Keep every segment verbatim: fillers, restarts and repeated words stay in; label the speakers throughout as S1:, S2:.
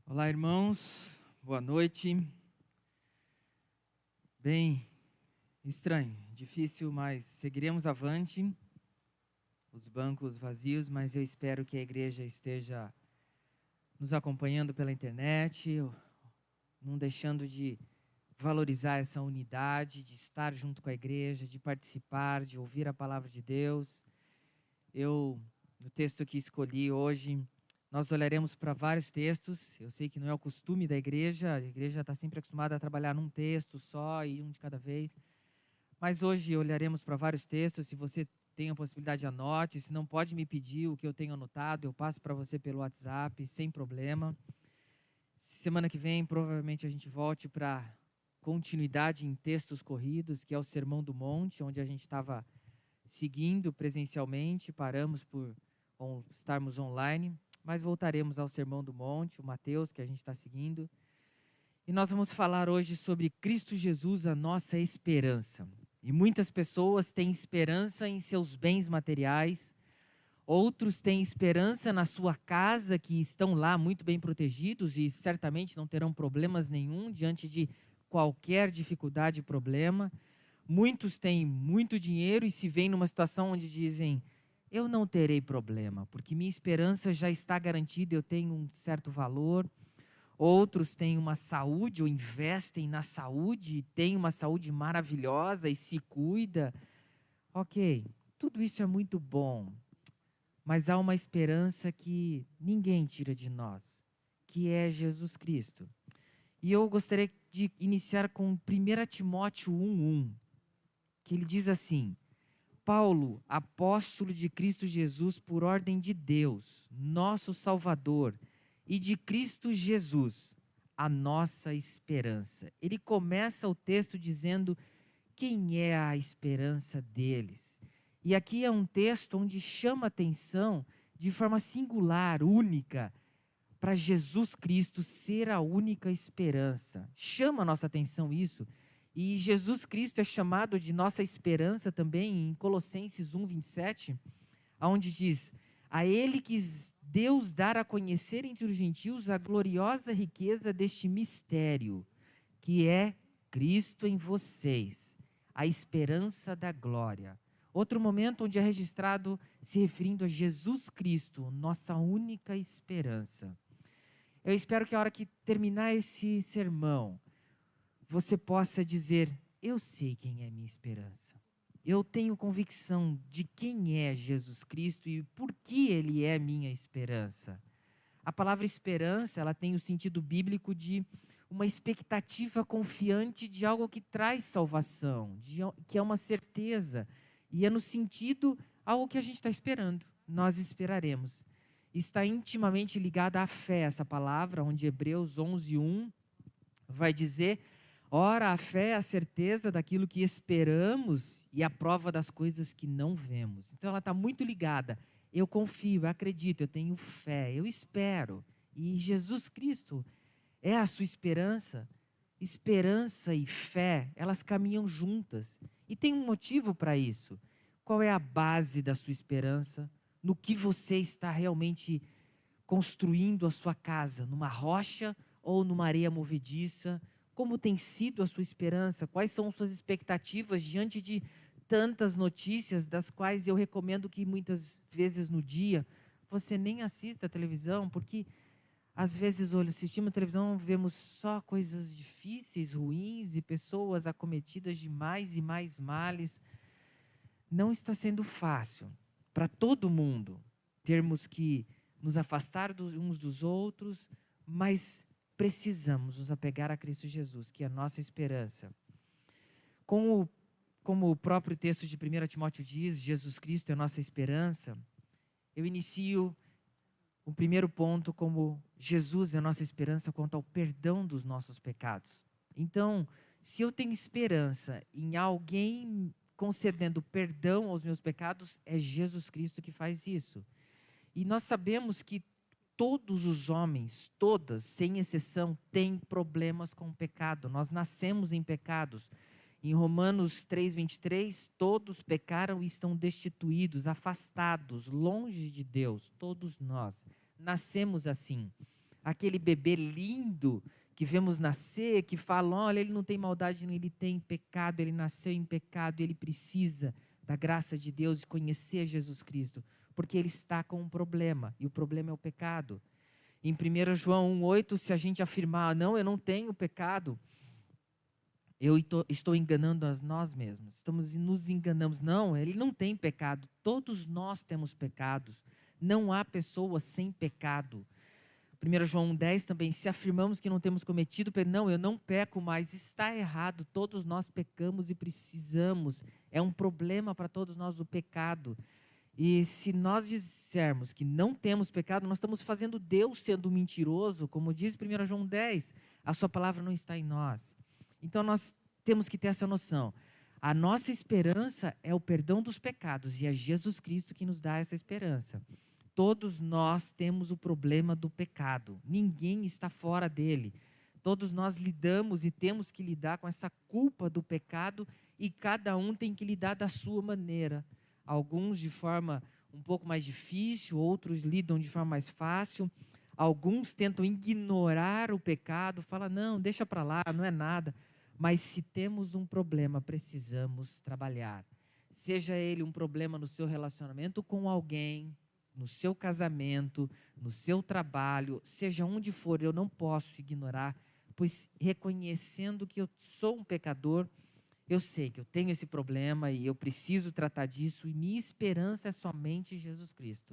S1: Olá, irmãos. Boa noite. Bem, estranho, difícil, mas seguiremos avante. Os bancos vazios, mas eu espero que a igreja esteja nos acompanhando pela internet, não deixando de valorizar essa unidade, de estar junto com a igreja, de participar, de ouvir a palavra de Deus. Eu, no texto que escolhi hoje, nós olharemos para vários textos. Eu sei que não é o costume da igreja, a igreja está sempre acostumada a trabalhar num texto só e um de cada vez. Mas hoje olharemos para vários textos. Se você tem a possibilidade, anote. Se não, pode me pedir o que eu tenho anotado, eu passo para você pelo WhatsApp, sem problema. Semana que vem, provavelmente, a gente volte para continuidade em textos corridos, que é o Sermão do Monte, onde a gente estava seguindo presencialmente, paramos por on, estarmos online, mas voltaremos ao Sermão do Monte, o Mateus, que a gente está seguindo. E nós vamos falar hoje sobre Cristo Jesus, a nossa esperança. E muitas pessoas têm esperança em seus bens materiais, outros têm esperança na sua casa, que estão lá muito bem protegidos e certamente não terão problemas nenhum diante de qualquer dificuldade e problema. Muitos têm muito dinheiro e se veem numa situação onde dizem: eu não terei problema, porque minha esperança já está garantida, eu tenho um certo valor. Outros têm uma saúde ou investem na saúde e têm uma saúde maravilhosa e se cuida. Ok, tudo isso é muito bom, mas há uma esperança que ninguém tira de nós, que é Jesus Cristo. E eu gostaria de iniciar com primeiro Timóteo um, um, que ele diz assim: Paulo, apóstolo de Cristo Jesus por ordem de Deus, nosso Salvador, e de Cristo Jesus, a nossa esperança. Ele começa o texto dizendo quem é a esperança deles. E aqui é um texto onde chama atenção de forma singular, única, para Jesus Cristo ser a única esperança. Chama a nossa atenção isso. E Jesus Cristo é chamado de nossa esperança também em Colossenses um, vinte e sete, onde diz: a ele quis Deus dar a conhecer entre os gentios a gloriosa riqueza deste mistério, que é Cristo em vocês, a esperança da glória. Outro momento onde é registrado se referindo a Jesus Cristo, nossa única esperança. Eu espero que a hora que terminar esse sermão, você possa dizer: eu sei quem é minha esperança. Eu tenho convicção de quem é Jesus Cristo e por que Ele é minha esperança. A palavra esperança, ela tem o sentido bíblico de uma expectativa confiante de algo que traz salvação, de, que é uma certeza. E é no sentido algo que a gente está esperando, nós esperaremos. Está intimamente ligada à fé, essa palavra, onde Hebreus onze, um vai dizer: ora, a fé é a certeza daquilo que esperamos e a prova das coisas que não vemos. Então ela está muito ligada. Eu confio, eu acredito, eu tenho fé, eu espero. E Jesus Cristo é a sua esperança. Esperança e fé, elas caminham juntas. E tem um motivo para isso. Qual é a base da sua esperança? No que você está realmente construindo a sua casa? Numa rocha ou numa areia movediça? Como tem sido a sua esperança? Quais são suas expectativas diante de tantas notícias, das quais eu recomendo que muitas vezes no dia você nem assista a televisão, porque às vezes, olha, assistimos a televisão, vemos só coisas difíceis, ruins e pessoas acometidas de mais e mais males. Não está sendo fácil para todo mundo termos que nos afastar dos, uns dos outros, mas precisamos nos apegar a Cristo Jesus, que é a nossa esperança. Com o, como o próprio texto de primeiro Timóteo diz, Jesus Cristo é a nossa esperança. Eu inicio o primeiro ponto como Jesus é a nossa esperança quanto ao perdão dos nossos pecados. Então, se eu tenho esperança em alguém concedendo perdão aos meus pecados, é Jesus Cristo que faz isso. E nós sabemos que todos os homens, todas, sem exceção, têm problemas com o pecado. Nós nascemos em pecados. Em Romanos três, vinte e três, todos pecaram e estão destituídos, afastados, longe de Deus. Todos nós nascemos assim. aquele bebê lindo que vemos nascer, que falam, olha, ele não tem maldade, ele tem pecado, ele nasceu em pecado, ele precisa da graça de Deus e conhecer Jesus Cristo, porque ele está com um problema, e o problema é o pecado. Em primeiro João um, oito, se a gente afirmar, não, eu não tenho pecado, eu estou enganando a nós mesmos, estamos nos enganamos. Não, ele não tem pecado, todos nós temos pecados, não há pessoa sem pecado. primeiro João um, dez também, se afirmamos que não temos cometido, não, eu não peco, mas está errado, todos nós pecamos e precisamos, é um problema para todos nós o pecado. E se nós dissermos que não temos pecado, nós estamos fazendo Deus sendo mentiroso, como diz primeiro João dez, a sua palavra não está em nós. Então nós temos que ter essa noção. A nossa esperança é o perdão dos pecados e é Jesus Cristo que nos dá essa esperança. Todos nós temos o problema do pecado, ninguém está fora dele. Todos nós lidamos e temos que lidar com essa culpa do pecado e cada um tem que lidar da sua maneira. Alguns de forma um pouco mais difícil, outros lidam de forma mais fácil. Alguns tentam ignorar o pecado, falam, não, deixa para lá, não é nada. Mas se temos um problema, precisamos trabalhar. Seja ele um problema no seu relacionamento com alguém, no seu casamento, no seu trabalho, seja onde for, eu não posso ignorar, pois reconhecendo que eu sou um pecador, eu sei que eu tenho esse problema e eu preciso tratar disso e minha esperança é somente Jesus Cristo.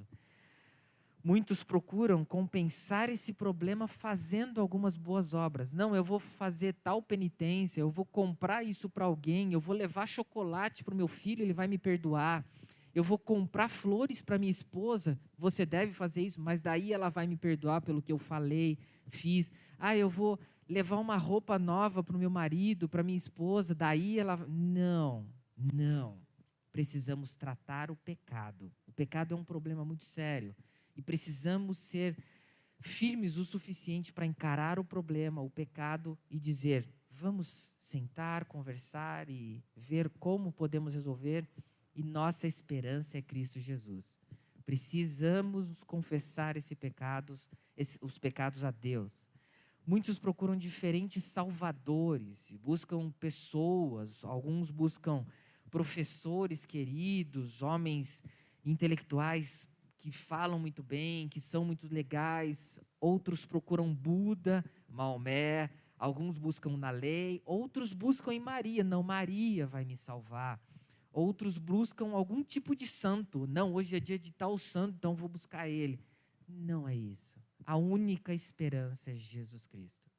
S1: Muitos procuram compensar esse problema fazendo algumas boas obras. Não, eu vou fazer tal penitência, eu vou comprar isso para alguém, eu vou levar chocolate para o meu filho, ele vai me perdoar. Eu vou comprar flores para minha esposa, você deve fazer isso, mas daí ela vai me perdoar pelo que eu falei, fiz. Ah, eu vou levar uma roupa nova para o meu marido, para minha esposa, daí ela... Não, não. Precisamos tratar o pecado. O pecado é um problema muito sério. E precisamos ser firmes o suficiente para encarar o problema, o pecado, e dizer, vamos sentar, conversar e ver como podemos resolver. E nossa esperança é Cristo Jesus. Precisamos confessar esse pecados, esse, os pecados a Deus. Muitos procuram diferentes salvadores, buscam pessoas, alguns buscam professores queridos, homens intelectuais que falam muito bem, que são muito legais. Outros procuram Buda, Maomé, alguns buscam na lei, outros buscam em Maria, não, Maria vai me salvar. Outros buscam algum tipo de santo, não, hoje é dia de tal santo, então vou buscar ele. Não é isso. A única esperança é Jesus Cristo.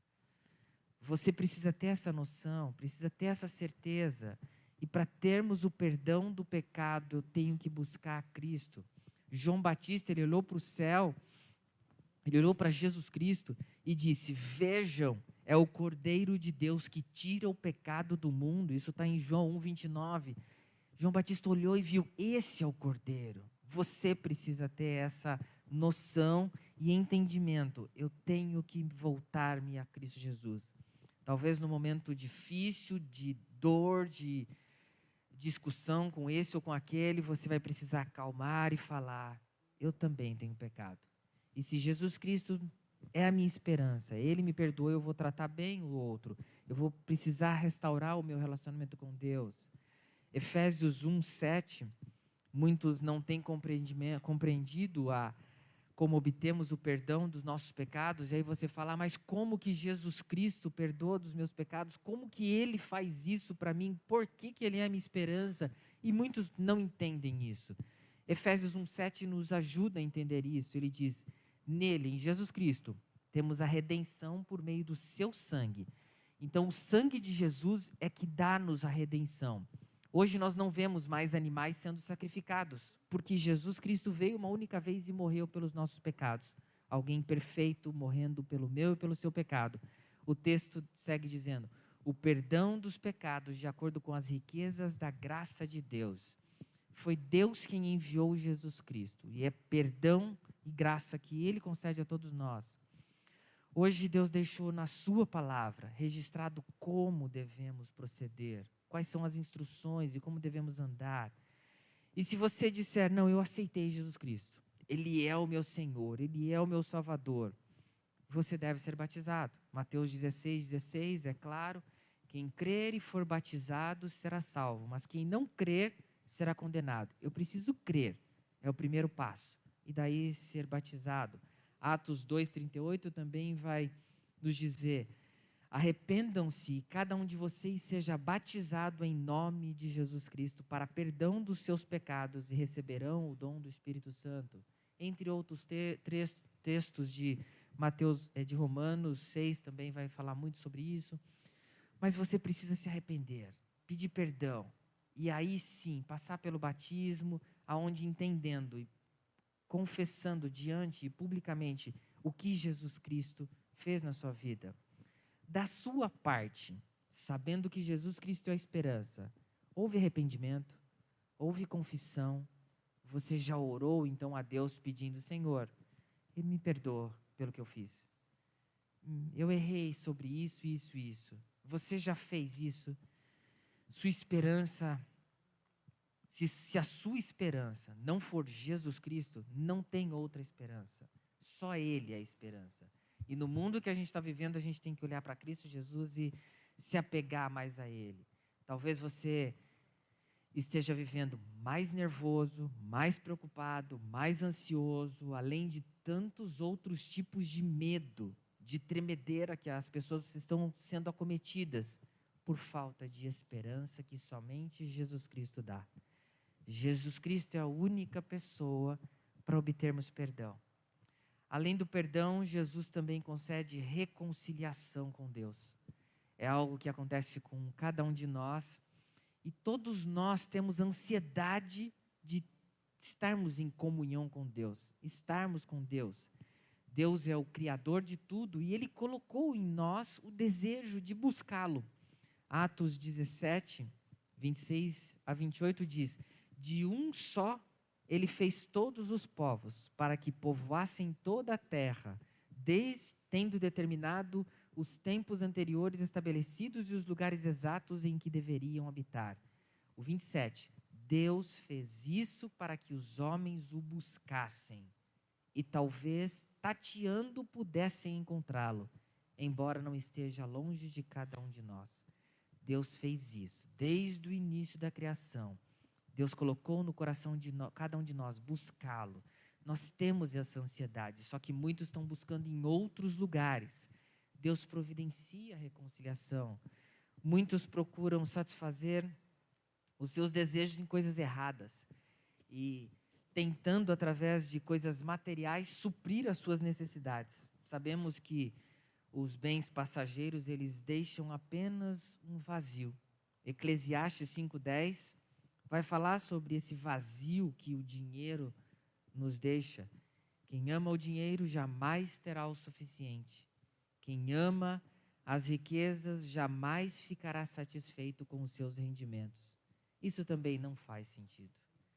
S1: Você precisa ter essa noção, precisa ter essa certeza. E para termos o perdão do pecado, eu tenho que buscar a Cristo. João Batista, ele olhou para o céu, ele olhou para Jesus Cristo e disse, vejam, é o Cordeiro de Deus que tira o pecado do mundo. Isso está em João um, vinte e nove. João Batista olhou e viu, esse é o Cordeiro. Você precisa ter essa noção e entendimento. Eu tenho que voltar-me a Cristo Jesus. Talvez no momento difícil, de dor, de discussão com esse ou com aquele, você vai precisar acalmar e falar, eu também tenho pecado. E se Jesus Cristo é a minha esperança, Ele me perdoa, eu vou tratar bem o outro. Eu vou precisar restaurar o meu relacionamento com Deus. Efésios um, sete, muitos não têm compreendido a, como obtemos o perdão dos nossos pecados, e aí você fala, mas como que Jesus Cristo perdoa dos meus pecados? Como que Ele faz isso para mim? Por que que Ele é a minha esperança? E muitos não entendem isso. Efésios um, sete nos ajuda a entender isso. Ele diz, nele, em Jesus Cristo, temos a redenção por meio do seu sangue. Então o sangue de Jesus é que dá-nos a redenção. Hoje nós não vemos mais animais sendo sacrificados, porque Jesus Cristo veio uma única vez e morreu pelos nossos pecados. Alguém perfeito morrendo pelo meu e pelo seu pecado. O texto segue dizendo, o perdão dos pecados de acordo com as riquezas da graça de Deus. Foi Deus quem enviou Jesus Cristo, e é perdão e graça que Ele concede a todos nós. Hoje Deus deixou na sua palavra registrado como devemos proceder, quais são as instruções e como devemos andar. E se você disser, não, eu aceitei Jesus Cristo, Ele é o meu Senhor, Ele é o meu Salvador, você deve ser batizado. Mateus dezesseis, dezesseis, é claro, quem crer e for batizado será salvo, mas quem não crer será condenado. Eu preciso crer, é o primeiro passo, e daí ser batizado. Atos dois, trinta e oito também vai nos dizer: arrependam-se e cada um de vocês seja batizado em nome de Jesus Cristo para perdão dos seus pecados e receberão o dom do Espírito Santo. Entre outros te textos de Mateus, de Romanos seis também vai falar muito sobre isso. Mas você precisa se arrepender, pedir perdão, e aí sim, passar pelo batismo, aonde entendendo e confessando diante e publicamente o que Jesus Cristo fez na sua vida. Da sua parte, sabendo que Jesus Cristo é a esperança, houve arrependimento, houve confissão, você já orou então a Deus pedindo: Senhor, me perdoa pelo que eu fiz. Eu errei sobre isso, isso, isso. Você já fez isso? Sua esperança, se, se a sua esperança não for Jesus Cristo, não tem outra esperança. Só Ele é a esperança. E no mundo que a gente está vivendo, a gente tem que olhar para Cristo Jesus e se apegar mais a Ele. Talvez você esteja vivendo mais nervoso, mais preocupado, mais ansioso, além de tantos outros tipos de medo, de tremedeira que as pessoas estão sendo acometidas por falta de esperança que somente Jesus Cristo dá. Jesus Cristo é a única pessoa para obtermos perdão. Além do perdão, Jesus também concede reconciliação com Deus. É algo que acontece com cada um de nós e todos nós temos ansiedade de estarmos em comunhão com Deus, estarmos com Deus. Deus é o Criador de tudo e Ele colocou em nós o desejo de buscá-lo. Atos dezessete, vinte e seis a vinte e oito diz: de um só Ele fez todos os povos, para que povoassem toda a terra, desde, tendo determinado os tempos anteriores estabelecidos e os lugares exatos em que deveriam habitar. O vinte e sete, Deus fez isso para que os homens o buscassem e talvez tateando pudessem encontrá-lo, embora não esteja longe de cada um de nós. Deus fez isso desde o início da criação. Deus colocou no coração de no, cada um de nós buscá-lo. Nós temos essa ansiedade, só que muitos estão buscando em outros lugares. Deus providencia a reconciliação. Muitos procuram satisfazer os seus desejos em coisas erradas e tentando, através de coisas materiais, suprir as suas necessidades. Sabemos que os bens passageiros, eles deixam apenas um vazio. Eclesiastes cinco, dez vai falar sobre esse vazio que o dinheiro nos deixa. Quem ama o dinheiro jamais terá o suficiente. Quem ama as riquezas jamais ficará satisfeito com os seus rendimentos. Isso também não faz sentido.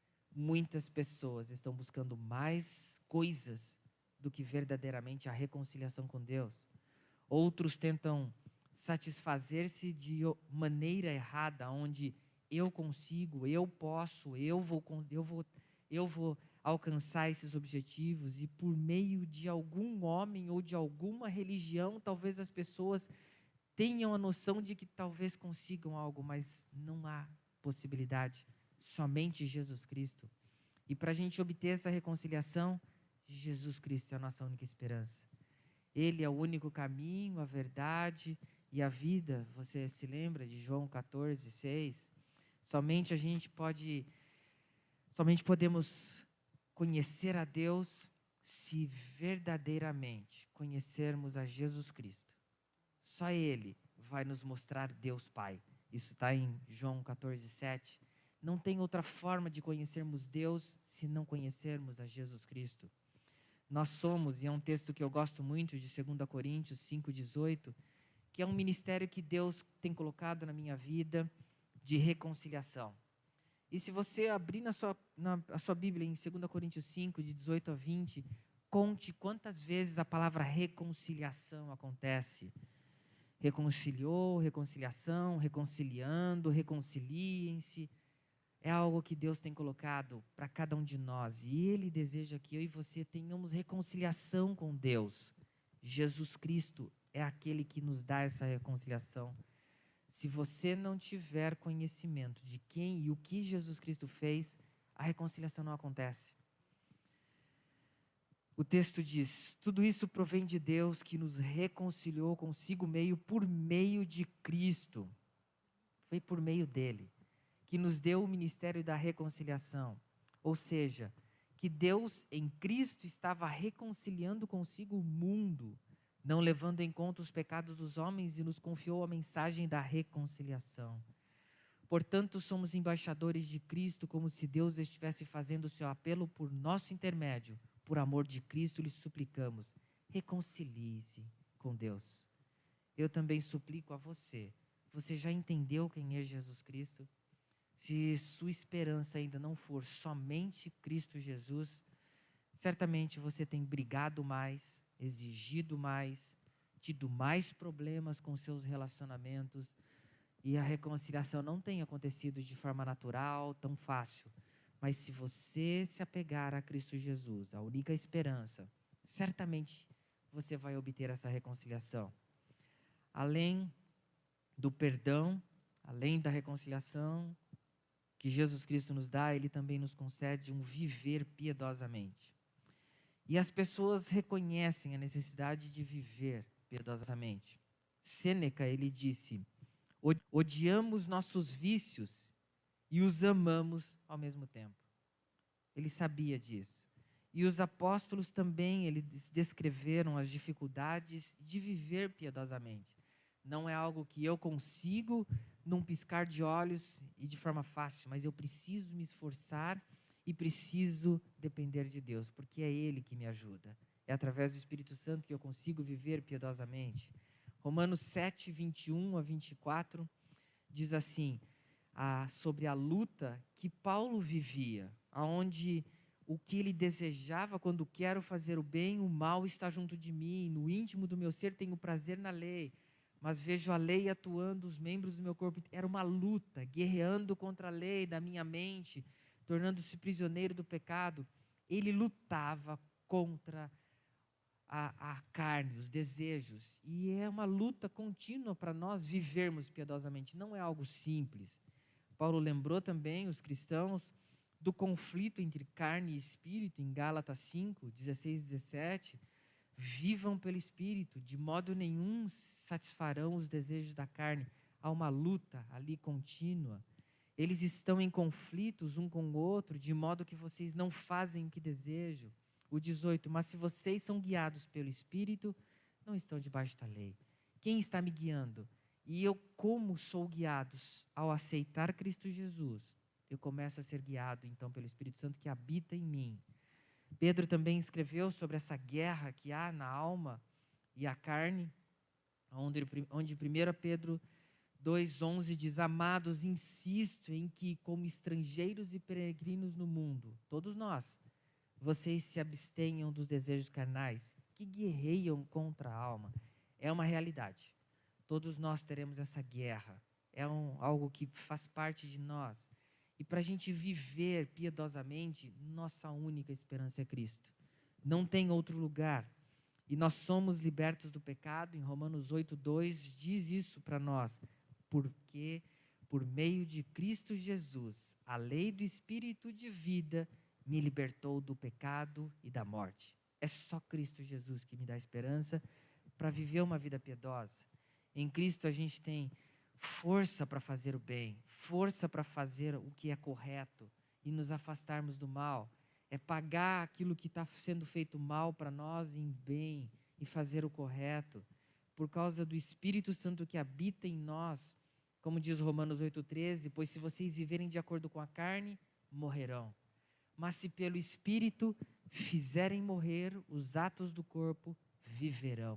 S1: Muitas pessoas estão buscando mais coisas do que verdadeiramente a reconciliação com Deus. Outros tentam satisfazer-se de maneira errada, onde eu consigo, eu posso, eu vou, eu vou, eu vou alcançar esses objetivos, e por meio de algum homem ou de alguma religião, talvez as pessoas tenham a noção de que talvez consigam algo, mas não há possibilidade. Somente Jesus Cristo. E para a gente obter essa reconciliação, Jesus Cristo é a nossa única esperança. Ele é o único caminho, a verdade e a vida. Você se lembra de João quatorze, seis? Somente a gente pode, somente podemos conhecer a Deus se verdadeiramente conhecermos a Jesus Cristo. Só Ele vai nos mostrar Deus Pai. Isso está em João quatorze, sete. Não tem outra forma de conhecermos Deus se não conhecermos a Jesus Cristo. Nós somos, e é um texto que eu gosto muito, de dois Coríntios cinco, dezoito, que é um ministério que Deus tem colocado na minha vida de reconciliação. E se você abrir na sua, na, a sua Bíblia em dois Coríntios cinco, de dezoito a vinte, conte quantas vezes a palavra reconciliação acontece. Reconciliou, reconciliação, reconciliando, reconciliem-se. É algo que Deus tem colocado para cada um de nós. E Ele deseja que eu e você tenhamos reconciliação com Deus. Jesus Cristo é aquele que nos dá essa reconciliação. Se você não tiver conhecimento de quem e o que Jesus Cristo fez, a reconciliação não acontece. O texto diz: tudo isso provém de Deus que nos reconciliou consigo meio por meio de Cristo. Foi por meio dele que nos deu o ministério da reconciliação. Ou seja, que Deus em Cristo estava reconciliando consigo o mundo, não levando em conta os pecados dos homens, e nos confiou a mensagem da reconciliação. Portanto, somos embaixadores de Cristo, como se Deus estivesse fazendo o seu apelo por nosso intermédio. Por amor de Cristo, lhe suplicamos, reconcilie-se com Deus. Eu também suplico a você. Você já entendeu quem é Jesus Cristo? Se sua esperança ainda não for somente Cristo Jesus, certamente você tem brigado mais, exigido mais, tido mais problemas com seus relacionamentos, e a reconciliação não tem acontecido de forma natural, tão fácil. Mas se você se apegar a Cristo Jesus, a única esperança, certamente você vai obter essa reconciliação. Além do perdão, além da reconciliação que Jesus Cristo nos dá, Ele também nos concede um viver piedosamente. E as pessoas reconhecem a necessidade de viver piedosamente. Sêneca, ele disse: odiamos nossos vícios e os amamos ao mesmo tempo. Ele sabia disso. E os apóstolos também, eles descreveram as dificuldades de viver piedosamente. Não é algo que eu consigo num piscar de olhos e de forma fácil, mas eu preciso me esforçar e preciso depender de Deus, porque é Ele que me ajuda. É através do Espírito Santo que eu consigo viver piedosamente. Romanos sete, vinte e um a vinte e quatro diz assim, ah, sobre a luta que Paulo vivia, aonde o que ele desejava quando quero fazer o bem, o mal está junto de mim, no íntimo do meu ser tenho prazer na lei, mas vejo a lei atuando os membros do meu corpo. Era uma luta, guerreando contra a lei da minha mente, tornando-se prisioneiro do pecado. Ele lutava contra a, a carne, os desejos, e é uma luta contínua para nós vivermos piedosamente, não é algo simples. Paulo lembrou também os cristãos do conflito entre carne e espírito, em Gálatas cinco, dezesseis e dezessete, vivam pelo Espírito, de modo nenhum satisfarão os desejos da carne. Há uma luta ali contínua. Eles estão em conflitos um com o outro, de modo que vocês não fazem o que desejam. O dezoito, mas se vocês são guiados pelo Espírito, não estão debaixo da lei. Quem está me guiando? E eu, como sou guiado ao aceitar Cristo Jesus, eu começo a ser guiado, então, pelo Espírito Santo que habita em mim. Pedro também escreveu sobre essa guerra que há na alma e a carne, onde, onde primeiro Pedro dois, onze diz, amados, insisto em que, como estrangeiros e peregrinos no mundo, todos nós, vocês se abstenham dos desejos carnais que guerreiam contra a alma. É uma realidade. Todos nós teremos essa guerra. É um, algo que faz parte de nós. E para a gente viver piedosamente, nossa única esperança é Cristo. Não tem outro lugar. E nós somos libertos do pecado. Em Romanos oito, dois diz isso para nós. Porque por meio de Cristo Jesus, a lei do Espírito de vida me libertou do pecado e da morte. É só Cristo Jesus que me dá esperança para viver uma vida piedosa. Em Cristo a gente tem força para fazer o bem, força para fazer o que é correto e nos afastarmos do mal. É pagar aquilo que está sendo feito mal para nós em bem e fazer o correto. Por causa do Espírito Santo que habita em nós, como diz Romanos oito, treze, pois se vocês viverem de acordo com a carne, morrerão. Mas se pelo Espírito fizerem morrer os atos do corpo, viverão.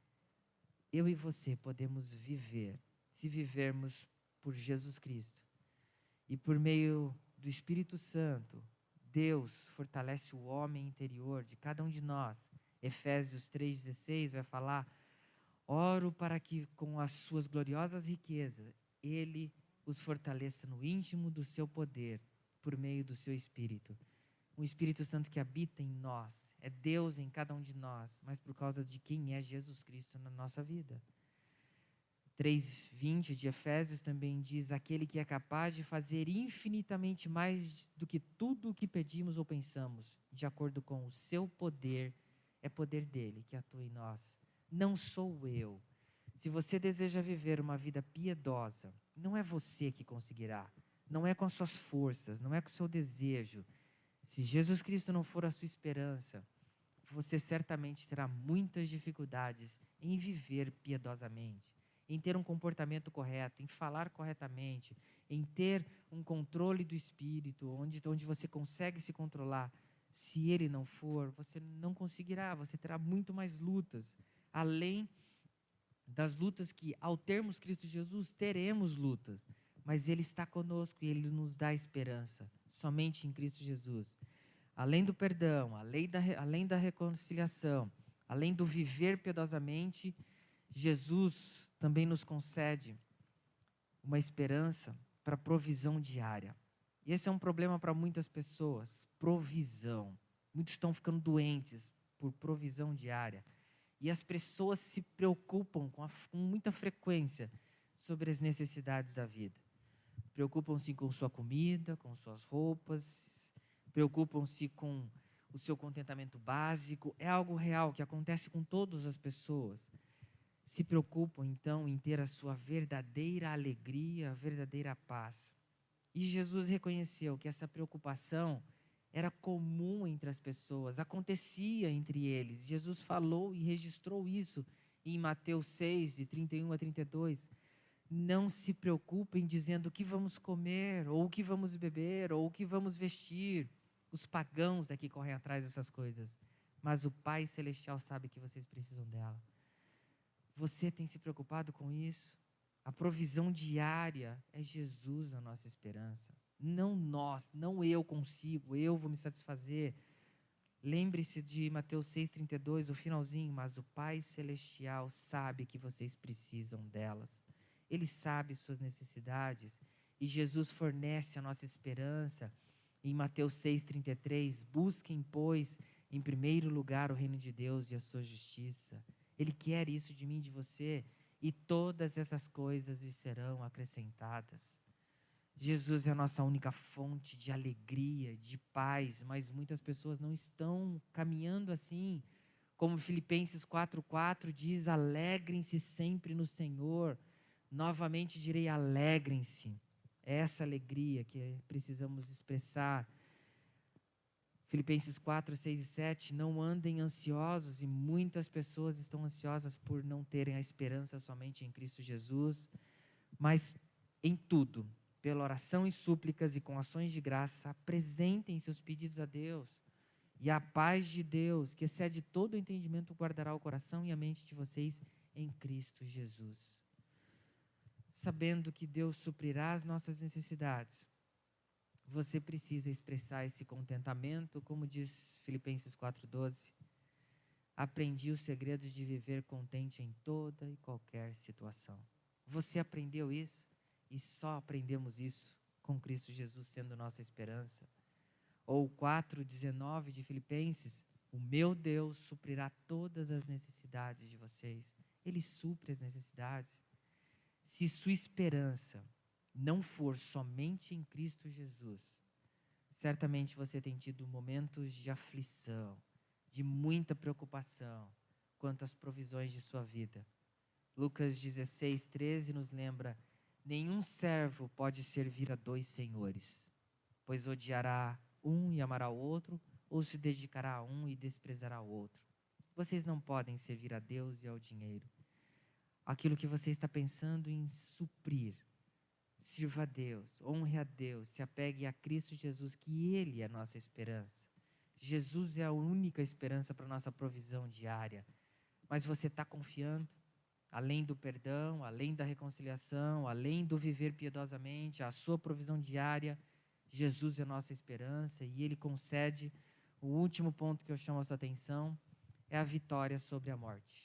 S1: Eu e você podemos viver, se vivermos por Jesus Cristo. E por meio do Espírito Santo, Deus fortalece o homem interior de cada um de nós. Efésios três, dezesseis vai falar, oro para que com as suas gloriosas riquezas, Ele os fortaleça no íntimo do seu poder, por meio do seu Espírito. Um Espírito Santo que habita em nós. é Deus em cada um de nós, mas por causa de quem é Jesus Cristo na nossa vida. três, vinte de Efésios também diz: aquele que é capaz de fazer infinitamente mais do que tudo o que pedimos ou pensamos, de acordo com o seu poder, é poder dele que atua em nós. Não sou eu. Se você deseja viver uma vida piedosa, não é você que conseguirá, não é com as suas forças, não é com o seu desejo. Se Jesus Cristo não for a sua esperança, você certamente terá muitas dificuldades em viver piedosamente, em ter um comportamento correto, em falar corretamente, em ter um controle do espírito, onde, onde você consegue se controlar. Se ele não for, você não conseguirá, você terá muito mais lutas, além das lutas que, ao termos Cristo Jesus, teremos lutas, mas ele está conosco e ele nos dá esperança, somente em Cristo Jesus. Além do perdão, além da, além da reconciliação, além do viver piedosamente, Jesus também nos concede uma esperança para provisão diária. E esse é um problema para muitas pessoas, provisão. Muitos estão ficando doentes por provisão diária. E as pessoas se preocupam com, a, com muita frequência sobre as necessidades da vida. Preocupam-se com sua comida, com suas roupas, preocupam-se com o seu contentamento básico. É algo real que acontece com todas as pessoas. Se preocupam, então, em ter a sua verdadeira alegria, a verdadeira paz. E Jesus reconheceu que essa preocupação era comum entre as pessoas, acontecia entre eles. Jesus falou e registrou isso em Mateus seis, de trinta e um a trinta e dois. Não se preocupem dizendo o que vamos comer, ou o que vamos beber, ou o que vamos vestir. Os pagãos é que correm atrás dessas coisas. Mas o Pai Celestial sabe que vocês precisam dela. Você tem se preocupado com isso? A provisão diária é Jesus a nossa esperança. Não nós, não eu consigo, eu vou me satisfazer. Lembre-se de Mateus seis, trinta e dois, o finalzinho. Mas o Pai Celestial sabe que vocês precisam delas. Ele sabe suas necessidades. E Jesus fornece a nossa esperança. Em Mateus seis, trinta e três, busquem, pois, em primeiro lugar o reino de Deus e a sua justiça. Ele quer isso de mim e de você. E todas essas coisas lhe serão acrescentadas. Jesus é a nossa única fonte de alegria, de paz, mas muitas pessoas não estão caminhando assim. Como Filipenses quatro, quatro diz: alegrem-se sempre no Senhor. Novamente direi: alegrem-se. É essa alegria que precisamos expressar. Filipenses quatro, seis e sete, não andem ansiosos, e muitas pessoas estão ansiosas por não terem a esperança somente em Cristo Jesus, mas em tudo, pela oração e súplicas e com ações de graça, apresentem seus pedidos a Deus, e a paz de Deus, que excede todo o entendimento, guardará o coração e a mente de vocês em Cristo Jesus. Sabendo que Deus suprirá as nossas necessidades, você precisa expressar esse contentamento, como diz Filipenses quatro, doze. Aprendi os segredos de viver contente em toda e qualquer situação. Você aprendeu isso? E só aprendemos isso com Cristo Jesus sendo nossa esperança. Ou quatro, dezenove de Filipenses, o meu Deus suprirá todas as necessidades de vocês. Ele supre as necessidades. Se sua esperança não for somente em Cristo Jesus, certamente você tem tido momentos de aflição, de muita preocupação quanto às provisões de sua vida. Lucas dezesseis, treze nos lembra: nenhum servo pode servir a dois senhores, pois odiará um e amará o outro, ou se dedicará a um e desprezará o outro. Vocês não podem servir a Deus e ao dinheiro. Aquilo que você está pensando em suprir, sirva a Deus, honre a Deus, se apegue a Cristo Jesus, que Ele é a nossa esperança. Jesus é a única esperança para a nossa provisão diária. Mas você está confiando? Além do perdão, além da reconciliação, além do viver piedosamente, a sua provisão diária, Jesus é a nossa esperança e Ele concede. O último ponto que eu chamo a sua atenção é a vitória sobre a morte.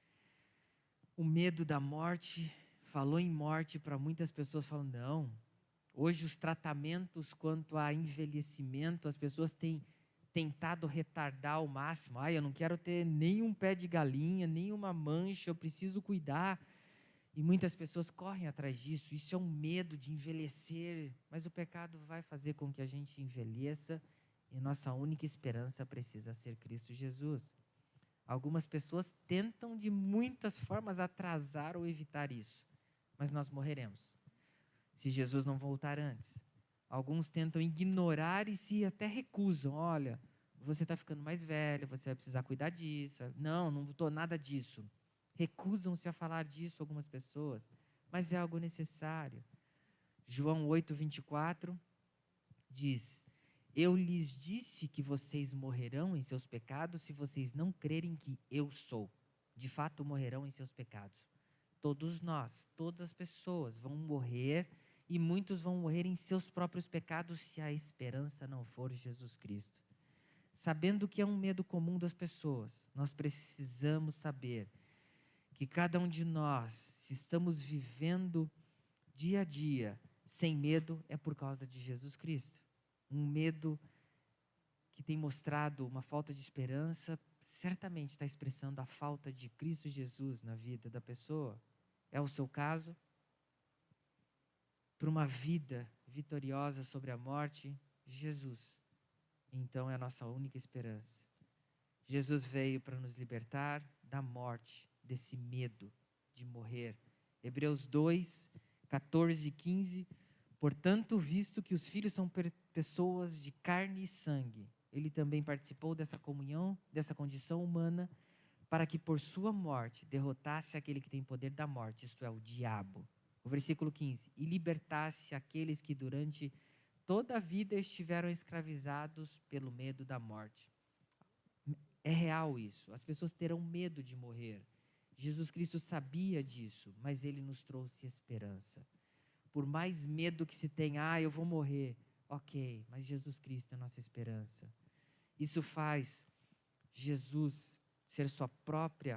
S1: O medo da morte, falou em morte para muitas pessoas, falam, não, hoje os tratamentos quanto a envelhecimento, as pessoas têm tentado retardar ao máximo. Ai, eu não quero ter nenhum pé de galinha, nenhuma mancha, eu preciso cuidar. E muitas pessoas correm atrás disso. Isso é um medo de envelhecer. Mas o pecado vai fazer com que a gente envelheça e nossa única esperança precisa ser Cristo Jesus. Algumas pessoas tentam de muitas formas atrasar ou evitar isso. Mas nós morreremos se Jesus não voltar antes. Alguns tentam ignorar e se até recusam. Olha, você está ficando mais velho, você vai precisar cuidar disso. Não, não estou nada disso. Recusam-se a falar disso algumas pessoas, mas é algo necessário. João oito, vinte e quatro diz: eu lhes disse que vocês morrerão em seus pecados se vocês não crerem que eu sou. De fato, morrerão em seus pecados. Todos nós, todas as pessoas vão morrer e muitos vão morrer em seus próprios pecados se a esperança não for Jesus Cristo. Sabendo que é um medo comum das pessoas, nós precisamos saber que cada um de nós, se estamos vivendo dia a dia sem medo, é por causa de Jesus Cristo. Um medo que tem mostrado uma falta de esperança, certamente está expressando a falta de Cristo Jesus na vida da pessoa. É o seu caso? Por uma vida vitoriosa sobre a morte, Jesus, então, é a nossa única esperança. Jesus veio para nos libertar da morte, desse medo de morrer. Hebreus dois, catorze e quinze. Portanto, visto que os filhos são pessoas de carne e sangue, ele também participou dessa comunhão, dessa condição humana, para que por sua morte derrotasse aquele que tem poder da morte, isto é, o diabo. O versículo quinze. E libertasse aqueles que durante toda a vida estiveram escravizados pelo medo da morte. É real isso. As pessoas terão medo de morrer. Jesus Cristo sabia disso, mas ele nos trouxe esperança. Por mais medo que se tenha, ah, eu vou morrer. Ok, mas Jesus Cristo é a nossa esperança. Isso faz Jesus ser sua própria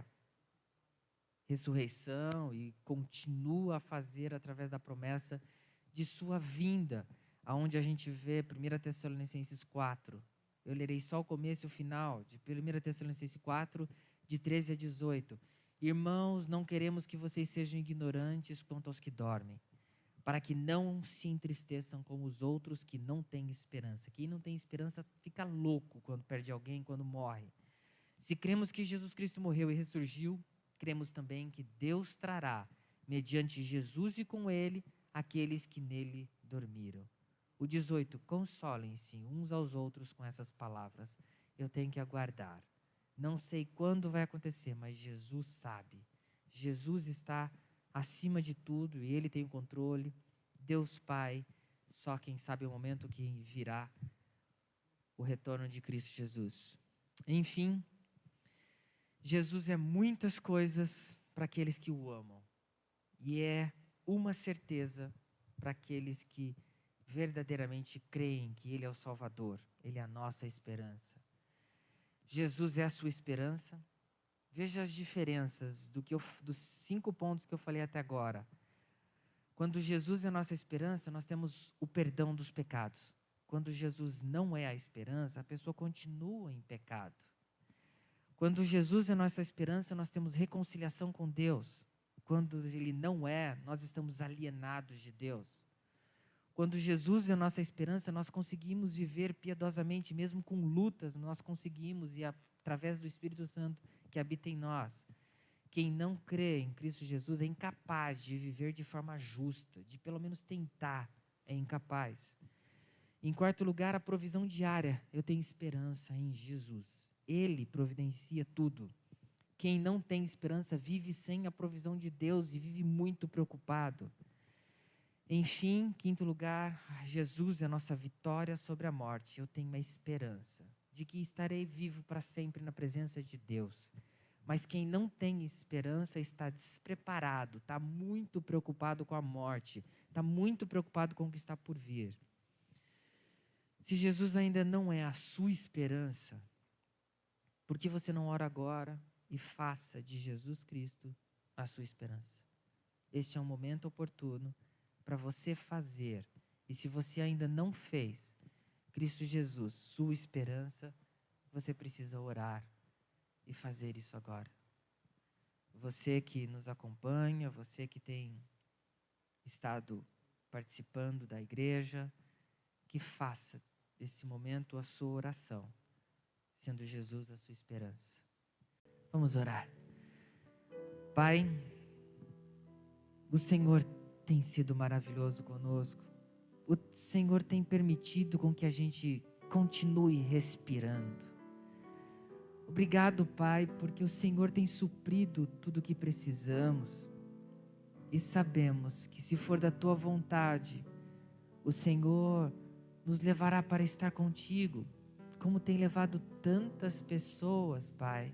S1: ressurreição e continua a fazer através da promessa de sua vinda, aonde a gente vê primeira Tessalonicenses quatro. Eu lerei só o começo e o final de primeira Tessalonicenses quatro, de treze a dezoito. Irmãos, não queremos que vocês sejam ignorantes quanto aos que dormem, para que não se entristeçam como os outros que não têm esperança. Quem não tem esperança fica louco quando perde alguém, quando morre. Se cremos que Jesus Cristo morreu e ressurgiu, cremos também que Deus trará, mediante Jesus e com ele, aqueles que nele dormiram. O dezoito, consolem-se uns aos outros com essas palavras. Eu tenho que aguardar. Não sei quando vai acontecer, mas Jesus sabe. Jesus está acima de tudo e ele tem o controle. Deus Pai, só quem sabe o momento que virá o retorno de Cristo Jesus. Enfim, Jesus é muitas coisas para aqueles que o amam. E é uma certeza para aqueles que verdadeiramente creem que ele é o Salvador. Ele é a nossa esperança. Jesus é a sua esperança. Veja as diferenças do que eu, dos cinco pontos que eu falei até agora. Quando Jesus é a nossa esperança, nós temos o perdão dos pecados. Quando Jesus não é a esperança, a pessoa continua em pecado. Quando Jesus é a nossa esperança, nós temos reconciliação com Deus. Quando ele não é, nós estamos alienados de Deus. Quando Jesus é a nossa esperança, nós conseguimos viver piedosamente, mesmo com lutas, nós conseguimos, e através do Espírito Santo que habita em nós. Quem não crê em Cristo Jesus é incapaz de viver de forma justa, de pelo menos tentar, é incapaz. Em quarto lugar, a provisão diária. Eu tenho esperança em Jesus. Ele providencia tudo. Quem não tem esperança vive sem a provisão de Deus e vive muito preocupado. Enfim, quinto lugar, Jesus é a nossa vitória sobre a morte. Eu tenho uma esperança de que estarei vivo para sempre na presença de Deus. Mas quem não tem esperança está despreparado, está muito preocupado com a morte, está muito preocupado com o que está por vir. Se Jesus ainda não é a sua esperança, por que você não ora agora e faça de Jesus Cristo a sua esperança? Este é um momento oportuno para você fazer. E se você ainda não fez Cristo Jesus, sua esperança, você precisa orar e fazer isso agora. Você que nos acompanha, você que tem estado participando da igreja, que faça desse momento a sua oração, sendo Jesus a sua esperança. Vamos orar. Pai, o Senhor tem sido maravilhoso conosco. O Senhor tem permitido com que a gente continue respirando. Obrigado, Pai, porque o Senhor tem suprido tudo o que precisamos. E sabemos que se for da Tua vontade, o Senhor nos levará para estar contigo, como tem levado tantas pessoas, Pai.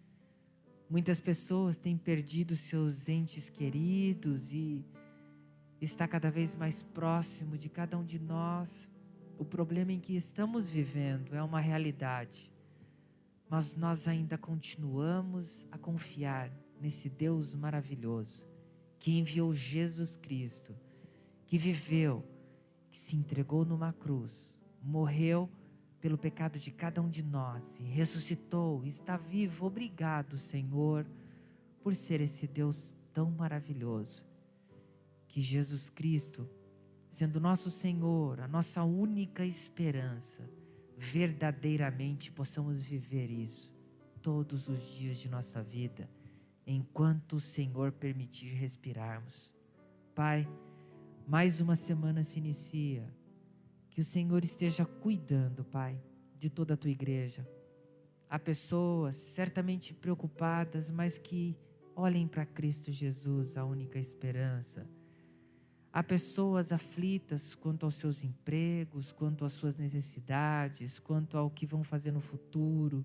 S1: Muitas pessoas têm perdido seus entes queridos e está cada vez mais próximo de cada um de nós. O problema em que estamos vivendo é uma realidade, mas nós ainda continuamos a confiar nesse Deus maravilhoso, que enviou Jesus Cristo, que viveu, que se entregou numa cruz, morreu pelo pecado de cada um de nós e ressuscitou, está vivo. Obrigado, Senhor, por ser esse Deus tão maravilhoso. Que Jesus Cristo, sendo nosso Senhor, a nossa única esperança, verdadeiramente possamos viver isso todos os dias de nossa vida, enquanto o Senhor permitir respirarmos. Pai, mais uma semana se inicia. Que o Senhor esteja cuidando, Pai, de toda a Tua igreja. Há pessoas certamente preocupadas, mas que olhem para Cristo Jesus, a única esperança. Há pessoas aflitas quanto aos seus empregos, quanto às suas necessidades, quanto ao que vão fazer no futuro.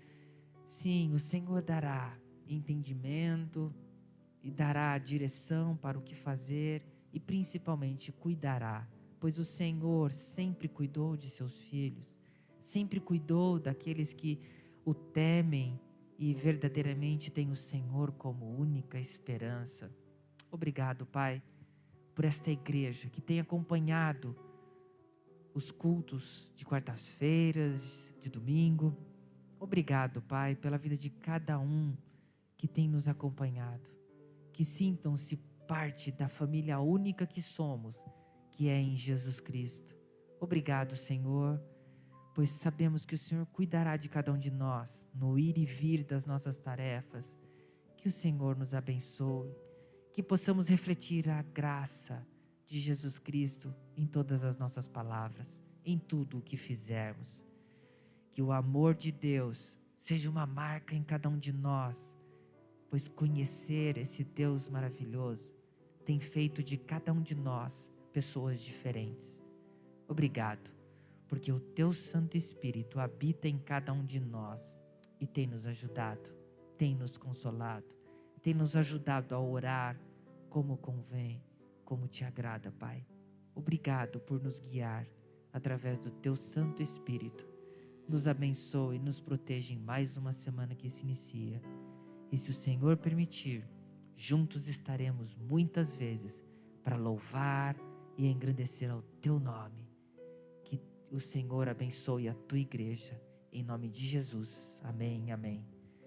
S1: Sim, o Senhor dará entendimento e dará direção para o que fazer e principalmente cuidará, pois o Senhor sempre cuidou de seus filhos, sempre cuidou daqueles que o temem e verdadeiramente têm o Senhor como única esperança. Obrigado, Pai, por esta igreja que tem acompanhado os cultos de quartas-feiras, de domingo. Obrigado, Pai, pela vida de cada um que tem nos acompanhado. Que sintam-se parte da família única que somos, que é em Jesus Cristo. Obrigado, Senhor, pois sabemos que o Senhor cuidará de cada um de nós, no ir e vir das nossas tarefas. Que o Senhor nos abençoe, que possamos refletir a graça de Jesus Cristo em todas as nossas palavras, em tudo o que fizermos. Que o amor de Deus seja uma marca em cada um de nós, pois conhecer esse Deus maravilhoso tem feito de cada um de nós pessoas diferentes. Obrigado, porque o Teu Santo Espírito habita em cada um de nós e tem nos ajudado, tem nos consolado, tem nos ajudado a orar como convém, como Te agrada, Pai. Obrigado por nos guiar através do Teu Santo Espírito. Nos abençoe e nos proteja em mais uma semana que se inicia. E se o Senhor permitir, juntos estaremos muitas vezes para louvar e engrandecer ao Teu nome. Que o Senhor abençoe a Tua igreja. Em nome de Jesus. Amém, amém.